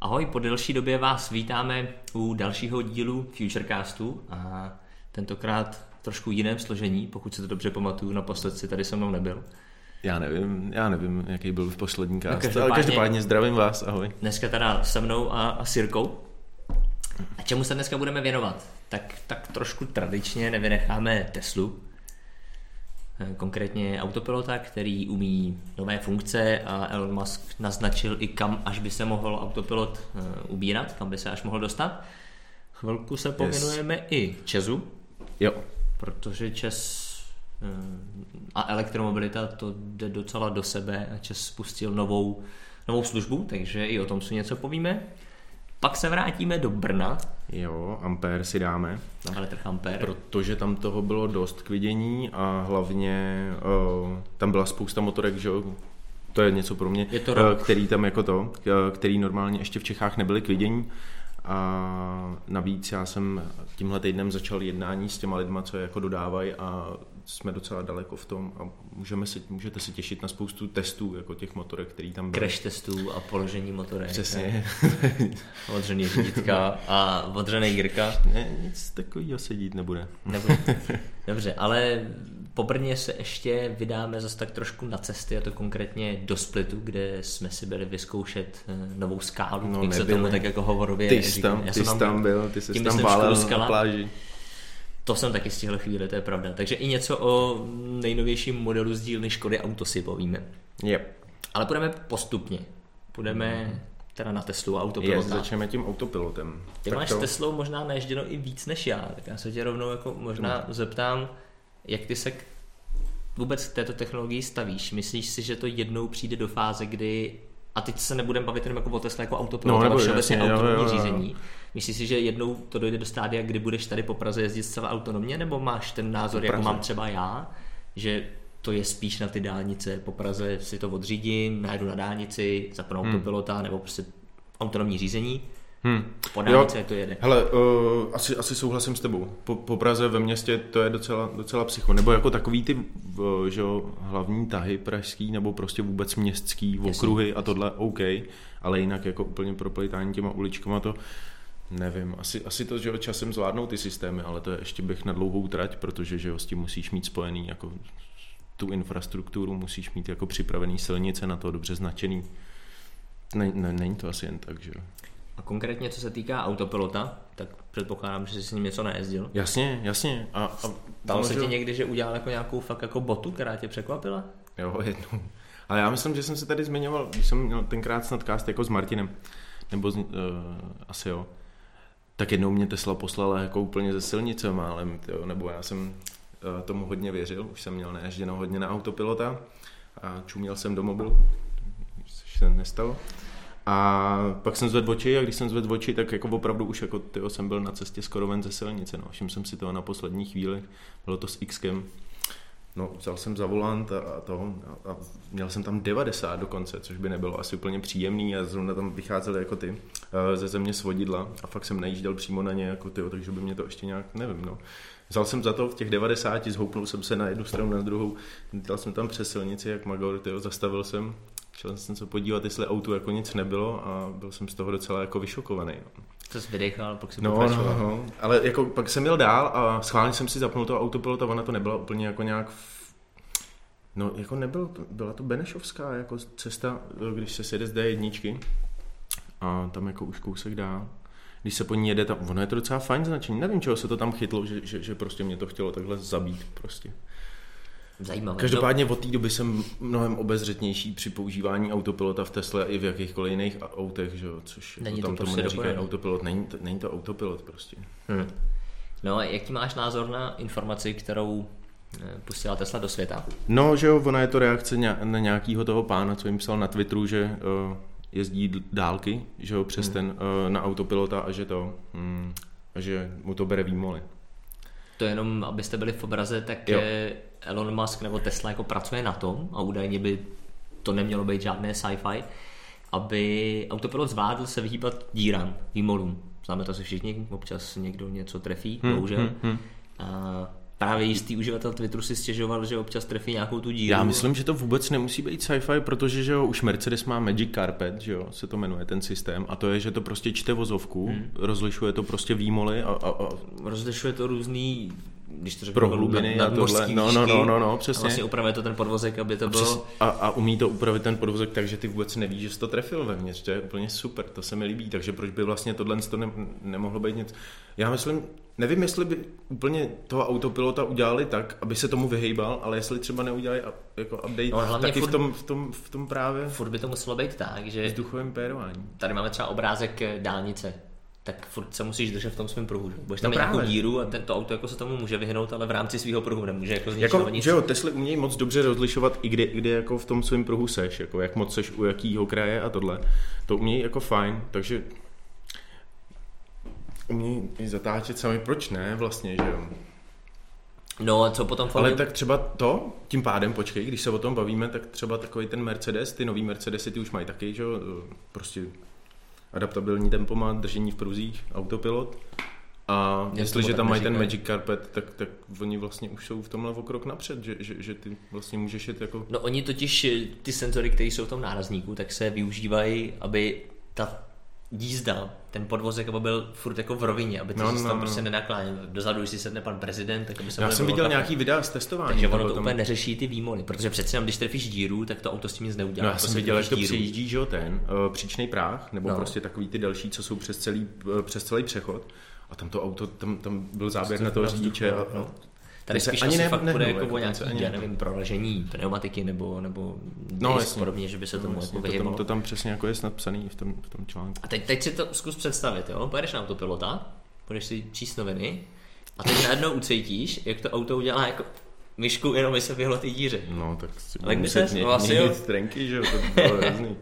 Ahoj, po delší době vás vítáme u dalšího dílu Futurecastu a tentokrát v trošku jiném složení, pokud se to dobře pamatuju, naposled si tady se mnou nebyl. Já nevím, jaký byl v poslední cast, ale každopádně zdravím vás, ahoj. Dneska teda se mnou a s Jirkou. A čemu se dneska budeme věnovat? Tak trošku tradičně nevynecháme Teslu, konkrétně autopilota, který umí nové funkce a Elon Musk naznačil i kam až by se mohl autopilot ubírat, kam by se až mohl dostat. Chvilku se pověnujeme i ČEZu, jo. Protože ČEZ a elektromobilita to jde docela do sebe a ČEZ spustil novou službu, takže i o tom si něco povíme. Pak se vrátíme do Brna. Jo, Ampere si dáme. Na veletrh Ampere. Protože tam toho bylo dost k vidění a hlavně tam byla spousta motorek, že jo, to je něco pro mě, který tam jako který normálně ještě v Čechách nebyly k vidění. A navíc já jsem tímhle týdnem začal jednání s těma lidma, co je jako dodávají a jsme docela daleko v tom a můžete se těšit na spoustu testů jako těch motorek, který tam byly. Crash testů a položení motorek. Přesně. Odřený řídítka a odřený Jirka. Ne, nic takového se dít nebude. Dobře, ale po Brně se ještě vydáme zase tak trošku na cesty, a to konkrétně do Splitu, kde jsme si byli vyzkoušet novou skálu. No, jak se tomu tak jako hovorově ty jsi tam byl, ty jsi tam válel na pláži. To jsem taky stihl chvíli, to je pravda. Takže i něco o nejnovějším modelu z dílny Škody Auto si povíme. Yep. Ale půjdeme postupně. Půjdeme teda na Teslu a autopilota. Začneme tím autopilotem. Ty máš s Teslou možná naježděno i víc než já, tak já se tě rovnou jako možná zeptám, jak ty se vůbec k této technologii stavíš. Myslíš si, že to jednou přijde do fáze, kdy, a teď se nebudeme bavit jenom jako o Tesla jako autopilot, ale všeobecně autonomní řízení. Myslíš si, že jednou to dojde do stádia, kdy budeš tady po Praze jezdit zcela autonomně, nebo máš ten názor, jako mám třeba já, že to je spíš na ty dálnice, po Praze si to odřídím, najedu na dálnici, zapnu autopilota, nebo prostě autonomní řízení, po dálnici to jede. Hele, asi souhlasím s tebou. Po Praze ve městě to je docela psycho, nebo jako takový ty že hlavní tahy pražský, nebo prostě vůbec městský okruhy a tohle OK, ale jinak jako úplně proplejtání těma uličkama to nevím, asi to, že časem zvládnou ty systémy, ale to je ještě bych na dlouhou trať, protože že s tím musíš mít spojený jako tu infrastrukturu, musíš mít jako připravený silnice na to, dobře značený. Není to asi jen tak, že jo. A konkrétně, co se týká autopilota, tak předpokládám, že jsi s ním něco nejezdil. Jasně. A stalo se ti někdy, že udělal jako nějakou fakt jako botu, která tě překvapila? Jo, jednou. Ale já myslím, že jsem se tady zmiňoval, když jsem měl tenkrát snad cast jako s Martinem, nebo asi jo. Tak jednou mě Tesla poslala jako úplně ze silnice málem, nebo já jsem tomu hodně věřil, už jsem měl naježděno hodně na autopilota a čuměl jsem do mobilu, což se nestalo. A pak jsem zvedl oči a když jsem zvedl oči, tak jako opravdu už jako jsem byl na cestě skoro ven ze silnice, no. Všiml jsem si toho na poslední chvíli, bylo to s Xkem. No, vzal jsem za volant a měl jsem tam 90 dokonce, což by nebylo asi úplně příjemný a zrovna tam vycházely jako ty ze země svodidla a fakt jsem najížděl přímo na ně jako takže by mě to ještě nějak, nevím, no. Vzal jsem za to v těch 90, zhoupnul jsem se na jednu stranu, na druhou, dal jsem tam přes silnici jak magor, zastavil jsem, šel jsem se podívat, jestli autu jako nic nebylo a byl jsem z toho docela jako vyšokovaný. No. To jsi vydechal, pak si pokračoval. No, ale jako pak jsem jel dál a schválně jsem si zapnul toho autopilota, ona to nebyla úplně jako nějak, no jako byla to benešovská jako cesta, když se sjede z D1 a tam jako už kousek dál. Když se po ní jede, ono je to docela fajn značení, nevím, čeho se to tam chytlo, že prostě mě to chtělo takhle zabít prostě. Zajímavé. Každopádně od té doby jsem mnohem obezřetnější při používání autopilota v Tesle i v jakýchkoliv jiných autech, že jo, což není jako tam to tomu neříkají autopilot, není to autopilot prostě. No a jaký máš názor na informaci, kterou pustila Tesla do světa? No, že jo, ona je to reakce na nějakýho toho pána, co jim psal na Twitteru, že jezdí dálky, že jo, přes ten na autopilota a že mu to bere výmoly. To jenom, abyste byli v obraze, tak Elon Musk nebo Tesla jako pracuje na tom a údajně by to nemělo být žádné sci-fi, aby autopilot zvládl se vyhýbat dírám, výmolům. Známe to si všichni, občas někdo něco trefí, bohužel. právě jistý uživatel Twitteru si stěžoval, že občas trefí nějakou tu díru. Já myslím, že to vůbec nemusí být sci-fi, protože že jo, už Mercedes má Magic Carpet, že jo, se to jmenuje ten systém, a to je, že to prostě čte vozovku, rozlišuje to prostě výmoly a rozlišuje to různý, když to řeknu, prohlubiny a tohle, no, přesně. A vlastně upravuje to ten podvozek, aby to bylo... A umí to upravit ten podvozek tak, že ty vůbec nevíš, že jsi to trefil vevnitř, to je úplně super, to se mi líbí, takže proč by vlastně tohle nemohlo být nic. Já myslím, nevím, jestli by úplně toho autopilota udělali tak, aby se tomu vyhejbal, ale jestli třeba neudělají jako update taky v tom právě. Furt by to muselo být tak, že... Vzduchovém pérování. Tady máme třeba obrázek dálnice. Tak furt se musíš držet v tom svém pruhu. Budeš tam nějakou díru a tento auto jako se tomu může vyhnout, ale v rámci svého pruhu nemůže jako zničit nic. Že jo, Tesly umějí moc dobře rozlišovat i kde jako v tom svém pruhu seš, jako jak moc seš u jakýho kraje a tohle. To umějí jako fajn, takže umějí i zatáčet sami, proč ne vlastně, že jo. No a co potom? Ale tak třeba to, tím pádem, počkej, když se o tom bavíme, tak třeba takový ten Mercedes, ty nový Mercedesy, ty už mají taky, že jo, prostě adaptabilní tempomat, držení v pruzích, autopilot. A jestliže tam mají ten Magic Carpet, tak oni vlastně už jsou v tomhle o krok napřed, že ty vlastně můžeš jít jako... No oni totiž, ty senzory, které jsou v tom nárazníku, tak se využívají, aby ta jízda, ten podvozek, aby byl furt jako v rovině, aby to se tam prostě nenakláněl. Dozadu, když si sedne pan prezident, tak aby se... Já jsem viděl nějaký videa z testování. Takže ono to úplně neřeší ty výmoly, protože přece jenom, když trefíš díru, tak to auto s tím nic neudělá. No já jsem viděl, jak to přijíždí, že jo, ten příčný práh, nebo prostě takový ty další, co jsou přes celý přechod. A tam to auto, tam byl záběr na toho řidiče. Tady spíš asi fakt bude jako o nějaký, já nevím, proražení pneumatiky nebo podobně, že by se tomu jako vyhýbalo. To tam přesně jako je snad psaný v tom článku. A teď si to zkus představit, jo? Pojedeš na autopilota, budeš si číst noviny a teď najednou ucítíš, jak to auto udělá jako myšku, jenom by se vyhlo ty díře. No tak si muset měnit trenky, že jo, to bylo hrozný.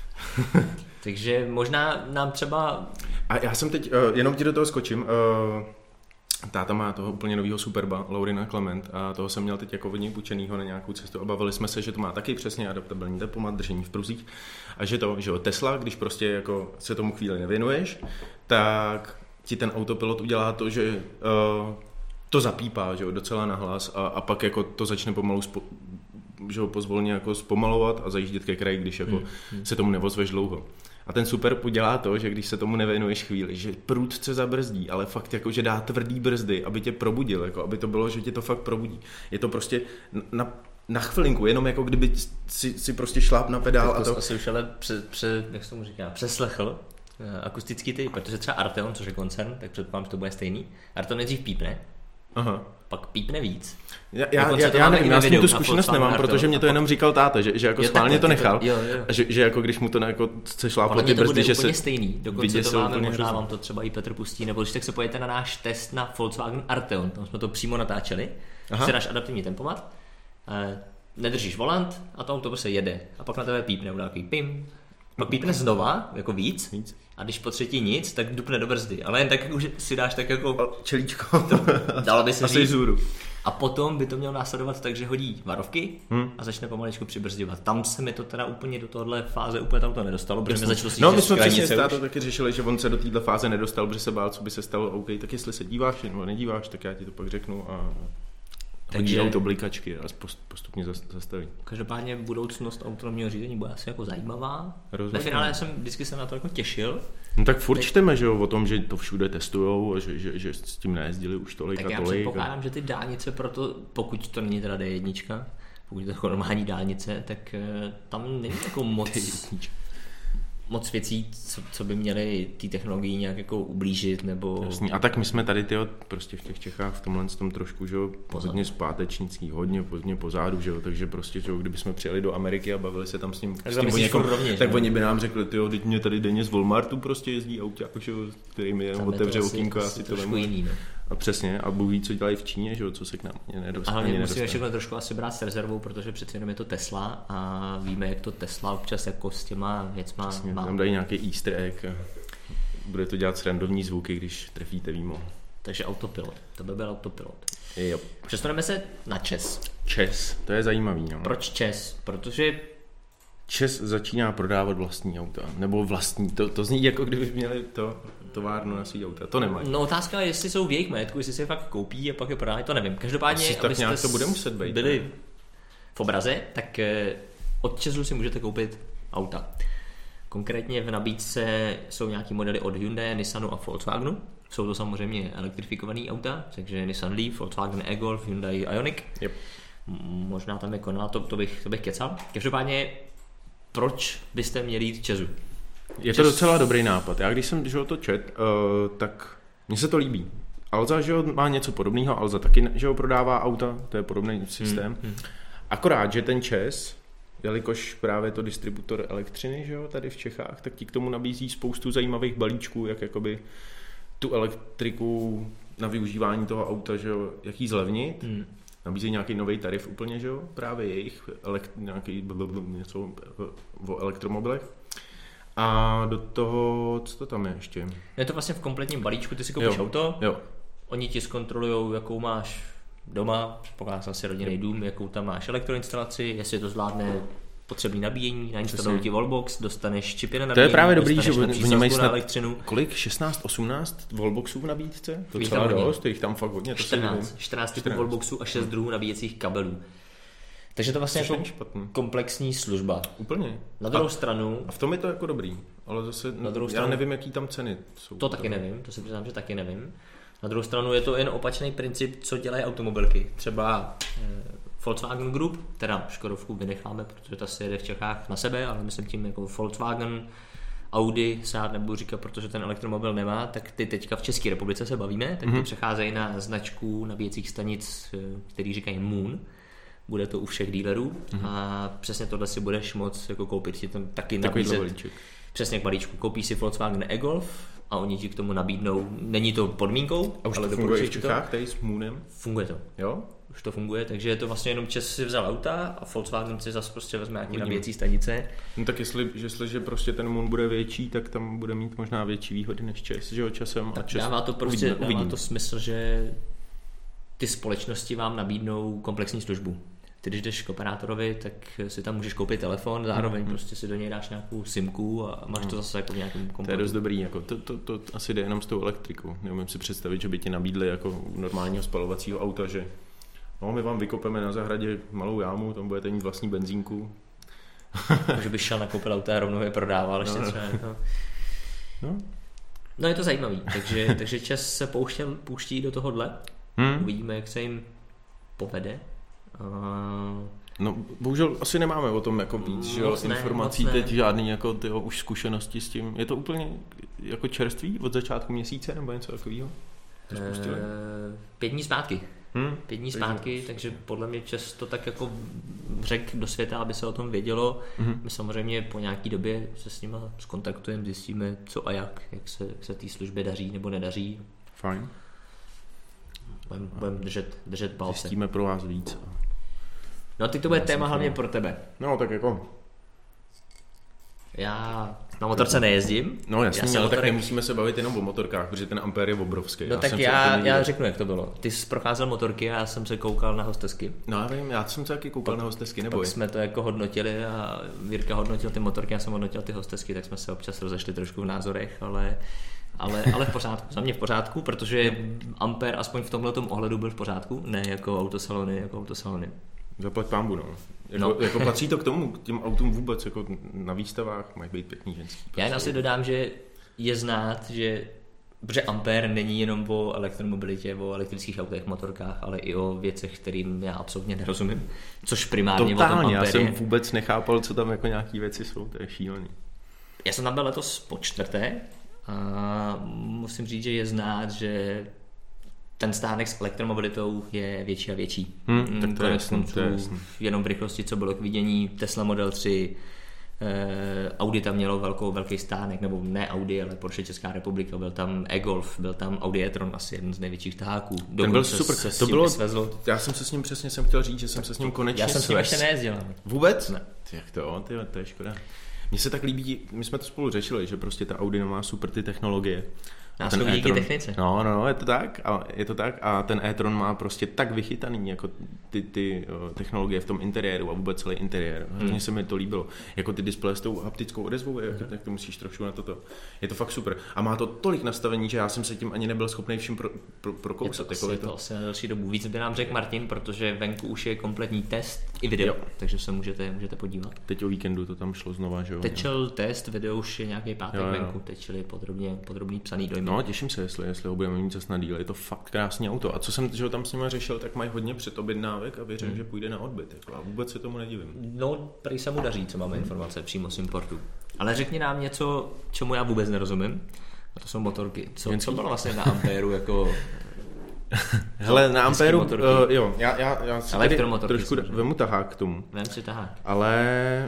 Takže možná nám třeba... A já jsem teď, jenom ti do toho skočím, táta má toho úplně novýho Superba, Laurina Clement, a toho jsem měl teď jako od něj půjčenýho na nějakou cestu a bavili jsme se, že to má taky přesně adaptabilní tempomat, držení v pruzích a že to, že jo, Tesla, když prostě jako se tomu chvíli nevěnuješ, tak ti ten autopilot udělá to, že to zapípá, že jo, docela nahlas a pak jako to začne pomalu že ho pozvolně jako zpomalovat a zajíždět ke kraji, když jako se tomu nevozveš dlouho. A ten Superb udělá to, že když se tomu nevěnuješ chvíli, že prudce zabrzdí, ale fakt jako, že dá tvrdý brzdy, aby tě probudil, jako, aby to bylo, že tě to fakt probudí. Je to prostě na chvilinku, jenom jako kdyby si prostě šláp na pedál. Tak to asi už ale jak se tomu říká, přeslechl akustický typ, protože třeba Arteon, což je koncern, tak předpokládám, že to bude stejný. Arteon nejdřív pípne, pak pípne víc. Já nevím, já s tím tu zkušenost nemám, protože mě to jenom říkal táta, že jako schválně to nechal, a že jako když mu to jako se šláplo ty brzdy, že se... úplně stejný, dokonce to máme, možná vám to třeba i Petr pustí, nebo když tak se pojďte na náš test na Volkswagen Arteon, tam jsme to přímo natáčeli, si dáš adaptivní tempomat, nedržíš volant a to auto prostě jede a pak na tebe pípne, udělá takový pim, pak pípne znova, jako víc. A když po třetí nic, tak dupne do brzdy. Ale jen tak, jak už si dáš tak jako... Čelíčko. Dalo by se říct. A potom by to mělo následovat tak, že hodí varovky a začne pomaličku přibrzďovat. Tam se mi to teda úplně do tohohle fáze úplně tam to nedostalo, protože mi začalo no, my jsme přesně to taky řešili, že on se do téhle fáze nedostal, protože se bál, co by se stalo. OK, tak jestli se díváš nebo nedíváš, tak já ti to pak řeknu a... Takže auto blikačky a postupně zastaví. Každopádně budoucnost autonomního řízení bude asi jako zajímavá. Ve finále jsem vždycky se na to jako těšil. No tak furt čteme, že jo, o tom, že to všude testujou a že s tím nejezdili už tolik tak a tolik. Tak já předpokládám, že ty dálnice proto, pokud to není teda D1, pokud je to jako normální dálnice, tak tam není jako moc věcí, co by měly té technologii nějak jako ublížit, nebo... Jasný. A tak my jsme tady prostě v těch Čechách v tomhle tom trošku, že jo, hodně zpátečnický, hodně pozadu, že jo, takže prostě, že jo, kdybychom přijeli do Ameriky a bavili se tam s ním, tak oni by nám řekli, tyjo, teď mě tady denně z Walmartu prostě jezdí auta, že jo, který mi jenom otevře okýnko a si to vemu. A přesně, a Bůh ví, co dělají v Číně, že jo, co se k nám nedostane. Ale musíme všechno trošku asi brát s rezervou, protože přeci jenom je to Tesla a víme, jak to Tesla občas jako s těma věcma má. Tam dají nějaký easter egg a bude to dělat srandovní zvuky, když trefíte výmol. Takže autopilot, to by byl autopilot. Jo. Přestaneme se na ČES. ČES, to je zajímavý. No. Proč ČES? Protože ČES začíná prodávat vlastní auta, nebo vlastní, to zní jako kdyby měli to... továrnu na svý auta. To nemají. No otázka je, jestli jsou v jejich majetku, jestli si je fakt koupí a pak je prodávají, to nevím. Každopádně, asi tak nějak to bude muset být. Byli v obraze, tak od ČEZu si můžete koupit auta. Konkrétně v nabídce jsou nějaký modely od Hyundai, Nissanu a Volkswagenu. Jsou to samozřejmě elektrifikované auta, takže Nissan Leaf, Volkswagen e-Golf, Hyundai Ioniq. Yep. Možná tam je Kona, to bych kecal. Každopádně, proč byste měli jít ČEZu? Je to docela dobrý nápad. Já když jsem to čet, tak mně se to líbí. Alza, že má něco podobného, Alza taky, že prodává auta, to je podobný systém. Akorát, že ten ČEZ, jelikož právě to distributor elektřiny, že jo, tady v Čechách, tak ti k tomu nabízí spoustu zajímavých balíčků, jak jakoby tu elektriku na využívání toho auta, že jo, jak jí zlevnit. Nabízí nějaký nový tarif úplně, že jo, právě jejich, nějaký něco o elektromobilech. A do toho, co to tam je ještě? Je to vlastně v kompletním balíčku, ty si koupíš auto, oni ti zkontrolujou, jakou máš doma, pokud asi rodinný dům, jakou tam máš elektroinstalaci, jestli to zvládne potřebný nabíjení, nainstalují ti wallbox, dostaneš čipy na nabíjení. To je právě dobrý, že oni mají snad elektřinu. Kolik? 16-18 wallboxů v nabídce? To docela dost, jich tam fakt hodně. 14 typů wallboxů a 6 druhů nabíjecích kabelů. Takže to vlastně jako komplexní služba. Úplně. Na druhou stranu... A v tom je to jako dobrý, ale zase já nevím, jaký tam ceny jsou. To taky nevím, to si přiznám, že taky nevím. Na druhou stranu je to jen opačný princip, co dělají automobilky. Třeba Volkswagen Group, teda Škodovku vynecháme, protože ta se jede v Čechách na sebe, ale myslím tím jako Volkswagen, Audi, se já nebudu říkat, protože ten elektromobil nemá, tak ty teďka v České republice se bavíme, tak ty přecházejí na značku nabíjecích stanic, který říkají Moon. Bude to u všech dealerů a přesně tohle si budeš moct jako koupit, ti tam taky nabízet. Přesně k balíčku. Koupíš si Volkswagen e-Golf a oni ti k tomu nabídnou, není to podmínkou, a už ale to funguje i v Čechách, tady s Moonem? Funguje to. Jo? Už to funguje, takže je to vlastně jenom ČEZ si vzal auta a Volkswagen si zase prostě vezme nějaký nabíjecí stanice. No tak jestliže prostě ten Moon bude větší, tak tam bude mít možná větší výhody než ČEZ, že jo, časem. Tak a ČEZ dává to prostě dává to smysl, že ty společnosti vám nabídnou komplexní službu. Ty když jdeš k operátorovi, tak si tam můžeš koupit telefon, zároveň prostě si do něj dáš nějakou simku a máš to zase jako v nějakém kompletu. To je dost dobrý, jako to asi jde jenom s tou elektrikou. Neumím si představit, že by ti nabídli jako normálního spalovacího auta, že no, my vám vykopeme na zahradě malou jámu, tam budete mít vlastní benzínku. Že bych šel nakoupil auta a rovnou je prodával, ještě třeba jako... No je to zajímavý, takže ČEZ se pouští do tohohle. Uvidíme, jak se jim povede. No, bohužel asi nemáme o tom jako víc, že jo, informací teď žádný jako tyho už zkušenosti s tím. Je to úplně jako čerstvý od začátku měsíce nebo něco takového? 5 dní zpátky. 5 dní zpátky, takže podle mě ČEZ to tak jako řek do světa, aby se o tom vědělo. My samozřejmě po nějaký době se s nima zkontaktujeme, zjistíme co a jak se té službě daří nebo nedaří. Fajn. Budeme držet palce. Zjistíme pro vás víc. No teď to bude téma hlavně pro tebe. No tak jako... Já na motorce nejezdím. No jasně, ale tak nemusíme se bavit jenom o motorkách, protože ten ampér je obrovský. No tak já řeknu, jak to bylo. Ty jsi procházel motorky a já jsem se koukal na hostesky. No já vím, já jsem se taky koukal na hostesky, neboj. Pak jsme to jako hodnotili a Jirka hodnotil ty motorky, já jsem hodnotil ty hostesky, tak jsme se občas rozešli trošku v názorech, ale v pořádku, za mě v pořádku, protože ampér aspoň v tomhletom ohledu byl v pořádku, ne jako autosalony. Zaplať pánbu, no. Jako patří to k tomu, k těm autům vůbec, jako na výstavách mají být pěkný ženský. Já jen asi dodám, že je znát, že protože ampér není jenom o elektromobilitě, o elektrických autech, motorkách, ale i o věcech, kterým já absolutně nerozumím, což primárně totálně, o tom ampér já jsem vůbec nechápal, co tam jako nějaký věci jsou, to je šílený. Já jsem tam byl letos po 4. a musím říct, že je znát, že ten stánek s elektromobilitou je větší a větší. Tak to je jasný. Jenom v rychlosti, co bylo k vidění, Tesla Model 3, Audi tam mělo velký stánek, nebo ne Audi, ale Porsche Česká republika, byl tam e-Golf, byl tam Audi e-tron, asi jeden z největších taháků. Ten byl super, to bylo, já jsem se s ním přesně chtěl říct, že jsem se s ním konečně já jsem s ním ještě nejezdil. Vůbec? Ne. Jak to je škoda. Mně se tak líbí, my jsme to spolu řešili, že prostě ta Audi má super ty technologie Náskok díky technice. No, je to tak a ten e-tron má prostě tak vychytaný jako ty technologie v tom interiéru a vůbec celý interiér. Mně se mi to líbilo. Jako ty displeje s tou haptickou odezvou, jak to musíš trošku na toto. Je to fakt super. A má to tolik nastavení, že já jsem se tím ani nebyl schopný všim prokousat. Je to asi na další dobu. Víc by nám řekl Martin, protože venku už je kompletní test i video, takže se můžete podívat. Teď o víkendu to tam šlo znova, že jo? Teď šel test, video už je nějaký pátek venku, teď šli podrobný psaný dojmy. No, těším se, jestli ho budeme mít čas na díl. Je to fakt krásný auto. A co jsem že tam s nimi řešil, tak mají hodně předobjednávek a věřím, že půjde na odbyt. Jako, a vůbec se tomu nedivím. No, prý se mu daří, co máme informace přímo z importu. Ale řekni nám něco, čemu já vůbec nerozumím. A to jsou motorky. Co bylo vlastně na Ampéru jako... Hele, na Ampéru, jo, já si tady trošku vemu tahák k tomu. Vem si tahák. Ale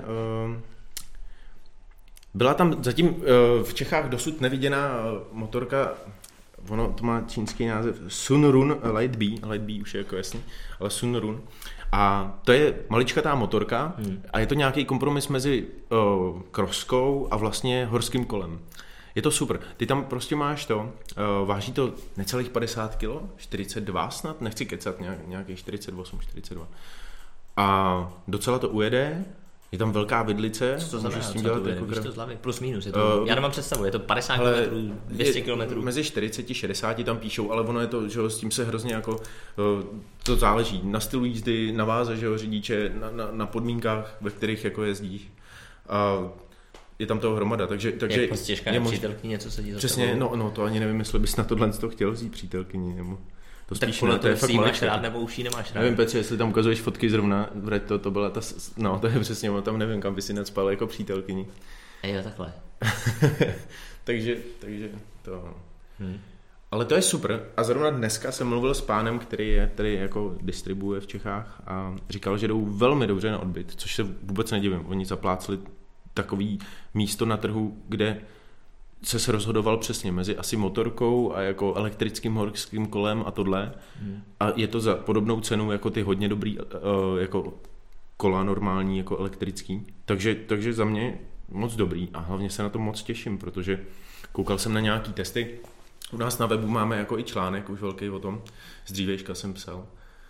byla tam zatím v Čechách dosud neviděná motorka, ono to má čínský název Sunrun Light B už je jako jasný, ale Sunrun. A to je maličkatá motorka a je to nějaký kompromis mezi kroskou a vlastně horským kolem. Je to super. Ty tam prostě máš to, váží to necelých 50 kg, 42 snad, nechci kecat, nějakých 48, 42. A docela to ujede, je tam velká vidlice. Co to znamená, co to ujede, víš to z hlavy? Plus minus, je to, já nemám představu, je to 50 km, 200 km. Mezi 40 a 60 tam píšou, ale ono je to, že s tím se hrozně jako, to záleží na stylu jízdy, na váze, že jo, řidiče, na podmínkách, ve kterých jako jezdíš. Je tam toho hromada, takže jak prostě těžká přítelkyně, co sedí za přesně, no to ani nevím, jestli bys na tohle chtěl vzít přítelkyni, nebo to tak spíš podle to je fakt máš rád, nebo už ji nemáš rád. Nevím, Petře, jestli tam ukazuješ fotky zrovna, vrať to byla ta, no to je přesně, tam nevím, kam by si nadspal jako přítelkyni. Jo, takhle. takže to... Ale to je super a zrovna dneska jsem mluvil s pánem, který je tady jako distribuuje v Čechách a říkal, že jdou velmi dobře na odbyt, což se vůbec nedivím, oni zaplácli takový místo na trhu, kde se rozhodoval přesně mezi asi motorkou a jako elektrickým horským kolem a tohle. A je to za podobnou cenu jako ty hodně dobrý jako kola normální, jako elektrický. Takže za mě moc dobrý a hlavně se na to moc těším, protože koukal jsem na nějaký testy. U nás na webu máme jako i článek už velký o tom, z dřívejška jsem psal.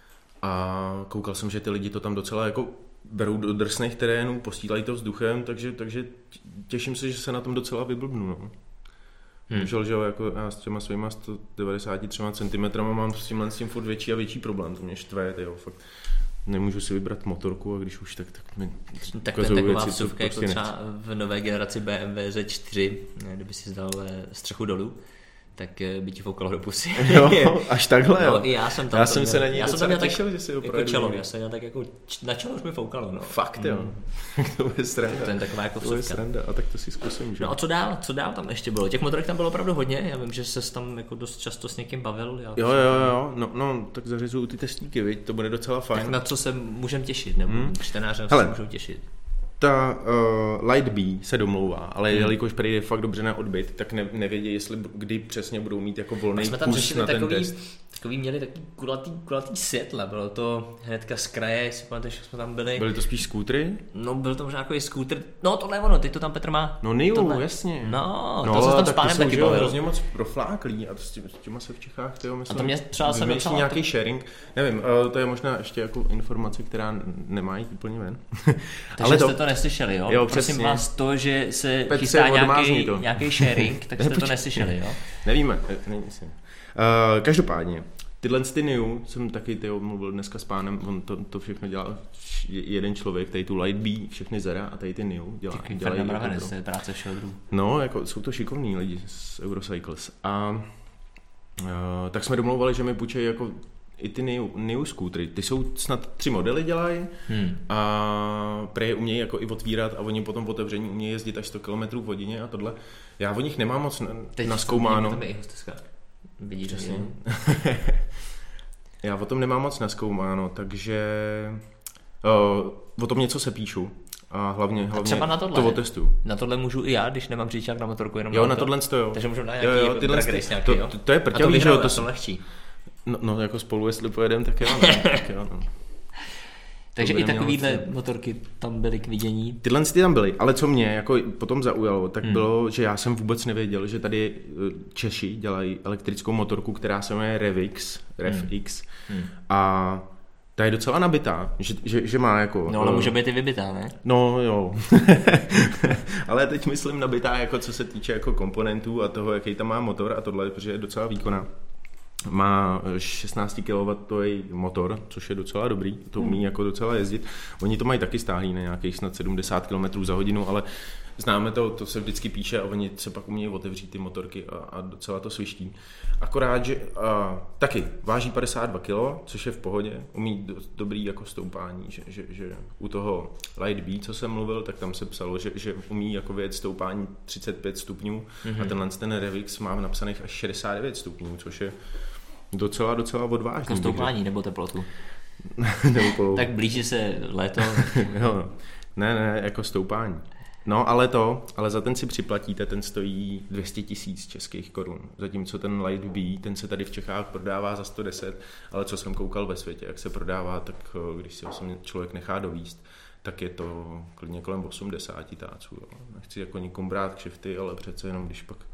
A koukal jsem, že ty lidi to tam docela jako berou do drsných terénů, posílají to vzduchem, takže těším se, že se na tom docela vyblbnu. No. Můžel, že jako já s těma svýma 193 cm mám s tím furt větší a větší problém, to mě štve, tyjo, fakt. Nemůžu si vybrat motorku a když už, tak mi tak to je taková vsuvka jako třeba v nové generaci BMW Z4, kdyby si zdal střechu dolů, tak by ti foukalo do pusy. Jo, až takhle, jo. No, i já jsem se na něj docela těšil, že si ho jako čelo, já jsem měl tak jako, na čelo už mi foukalo, no. Fakt, jo. To bude sranda. To je taková jako vsuvka. A tak to si zkusím, že? No a co dál tam ještě bylo? Těch motorek tam bylo opravdu hodně, já vím, že ses tam jako dost často s někým bavil. Jo, no, tak zařizuju ty testníky, viď? To bude docela fajn. Tak na co se můžeme těšit, nebo čtenáře na co se můžou těšit? Ta Light B se domlouvá, ale jelikož prý je fakt dobře na odbyt, tak nevědí, jestli kdy přesně budou mít jako volný kus na ten test. Takový měli takový kulatý světla, bylo to hnedka z kraje, jestli pamatuješ, jak jsme tam byli. Byly to spíš skútry? No, byl to možná takový skútr, no tohle je ono, teď to tam Petr má. No Niu, jasně. No, to se tam s pánem taky bavil. Hrozně moc profláklí a to s těma se v Čechách, tyjo, myslím. A to mě třeba jsem nepřál. Nějaký sharing, nevím, to je možná ještě jako informace, která nemá jít úplně ven. Takže ale jste to neslyšeli, jo? Prosím vás, to, že se chystá nějaký sharing, tak jste to neslyšeli, jo? Nevíme, nejsem. Každopádně, tyhle Niu jsem taky mluvil dneska s pánem, on to všechno dělá jeden člověk, tady tu Light B, všechny Zera a tady ty Niu dělají. To je práce šeldrů. No, jako jsou to šikovní lidi z Eurocycles. A tak jsme domlouvali, že mi půjčejí jako i ty Niu skútry. Ty jsou snad 3 modely dělají a prej umějí jako i otvírat a oni potom v otevření umějí jezdit až 100 km v hodině a tohle. Já o nich nemám moc nazkoumáno. Vidíš, že já o tom nemám moc nazkoumáno, takže o tom něco se píšu a hlavně na to otestuju. Na tohle můžu i já, když nemám řidičák na motorku, jenom na tohle stojí. Takže můžu na nějaký drag race nějaký, jo? To je prťavý, že jo? To jsou lehčí. No, jako spolu, jestli pojedeme, tak jo. No. Takže i takovýhle motorky tam byly k vidění? Tyhle ty tam byly, ale co mě jako potom zaujalo, tak bylo, že já jsem vůbec nevěděl, že tady Češi dělají elektrickou motorku, která se jmenuje RevX a ta je docela nabitá, že má jako... No ale může být i vybitá, ne? No jo, ale teď myslím nabitá jako co se týče jako komponentů a toho, jaký tam má motor a tohle, protože je docela výkonná. Má 16 kW motor, což je docela dobrý, to umí jako docela jezdit. Oni to mají taky stáhlý na nějakých snad 70 km za hodinu, ale známe to se vždycky píše a oni se pak umějí otevřít ty motorky a docela to sviští. Akorát, že taky váží 52 kg, což je v pohodě, umí dobrý jako stoupání, že u toho Light B, co jsem mluvil, tak tam se psalo, že umí jako vyjet stoupání 35 stupňů a ten RevX má napsaných až 69 stupňů, což je docela odvážný. Jako stoupání nebo teplotu? Nebo tak blíží se léto. No. Ne, jako stoupání. No, ale za ten si připlatíte, ten stojí 200 000 českých korun. Zatímco ten Light B, ten se tady v Čechách prodává za 110, ale co jsem koukal ve světě, jak se prodává, tak když si člověk nechá dovízt, tak je to klidně kolem 80 táců. Jo. Nechci jako nikomu brát kšefty, ale přece jenom když pak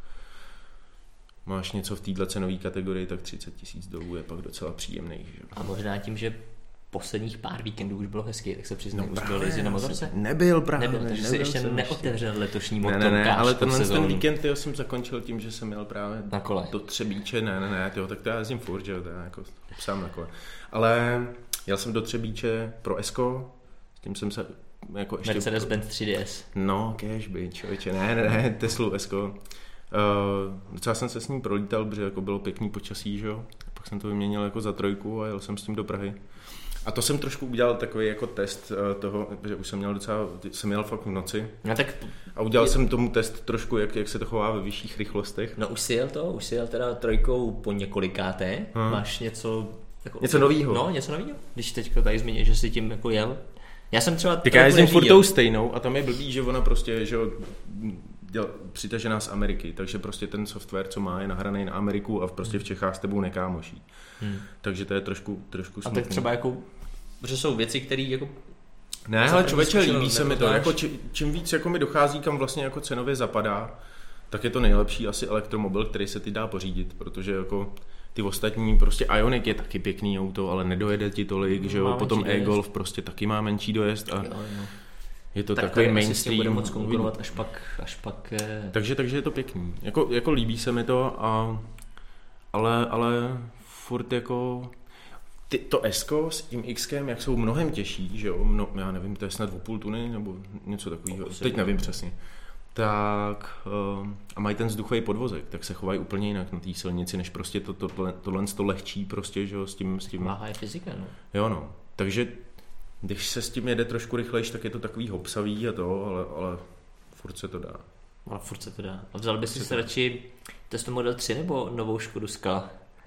máš něco v této cenové kategorii, tak 30 000 dolů je pak docela příjemný. Že? A možná tím, že posledních pár víkendů už bylo hezky, tak se přiznám, už byl jezdit na motorce? Nebyl právě. Takže se ještě neotevřel letošní motorkář. Ne, ale ten víkend jsem zakončil tím, že jsem měl právě na kole. Do Třebíče, tak to já jezdím furt, že to já jako sám na kole. Ale jel jsem do Třebíče pro Esko, s tím jsem se jako ještě... Mercedes-Benz 3DS. No, cashby, člověče, ne, Teslu Esko. Docela jsem se s ním prolítal, protože jako bylo pěkný počasí, že jo. Pak jsem to vyměnil jako za 3 a jel jsem s tím do Prahy. A to jsem trošku udělal takový jako test toho, že už jsem jel fakt v noci. No tak a udělal jsem tomu test trošku, jak se to chová ve vyšších rychlostech. No už si jel teda 3 po několikáté. Máš něco... Jako, něco novýho. No, něco novýho. Když teďka tady zmíníš, že jsi tím jako jel. Já jsem třeba... Tak já jezdím furt tou stejnou a tam je blbý, že ona prostě, že přitažená z Ameriky, takže prostě ten software, co má, je nahraný na Ameriku a prostě v Čechách s tebou nekámoší. Takže to je trošku smutný. A tak třeba jako, protože jsou věci, které jako... Ne, ale člověče, líbí se mi to, jako čím víc jako mi dochází, kam vlastně jako cenově zapadá, tak je to nejlepší asi elektromobil, který se ti dá pořídit, protože jako ty ostatní, prostě Ioniq je taky pěkný auto, ale nedojede ti tolik, že jo, potom e-Golf prostě taky má menší dojezd a... Jo. Je to tak takový mainstream. Bude moc konkurovat až pak... Takže je to pěkný. Jako líbí se mi to, ale furt jako... To Esko s tím Xkem, jak jsou mnohem těžší, že jo? Já nevím, to je snad 2,5 tuny nebo něco takového. Teď nevím přesně. Tak a mají ten vzduchový podvozek, tak se chovají úplně jinak na té silnici, než prostě tohle lehčí prostě, že jo, s tím... Váha je fyzika, no. Jo, no. Takže když se s tím jede trošku rychlejš, tak je to takový hopsavý a to, ale furt se to dá. Ale furt se to dá. A vzal bys si radši Tesla Model 3 nebo novou Škodu Scala?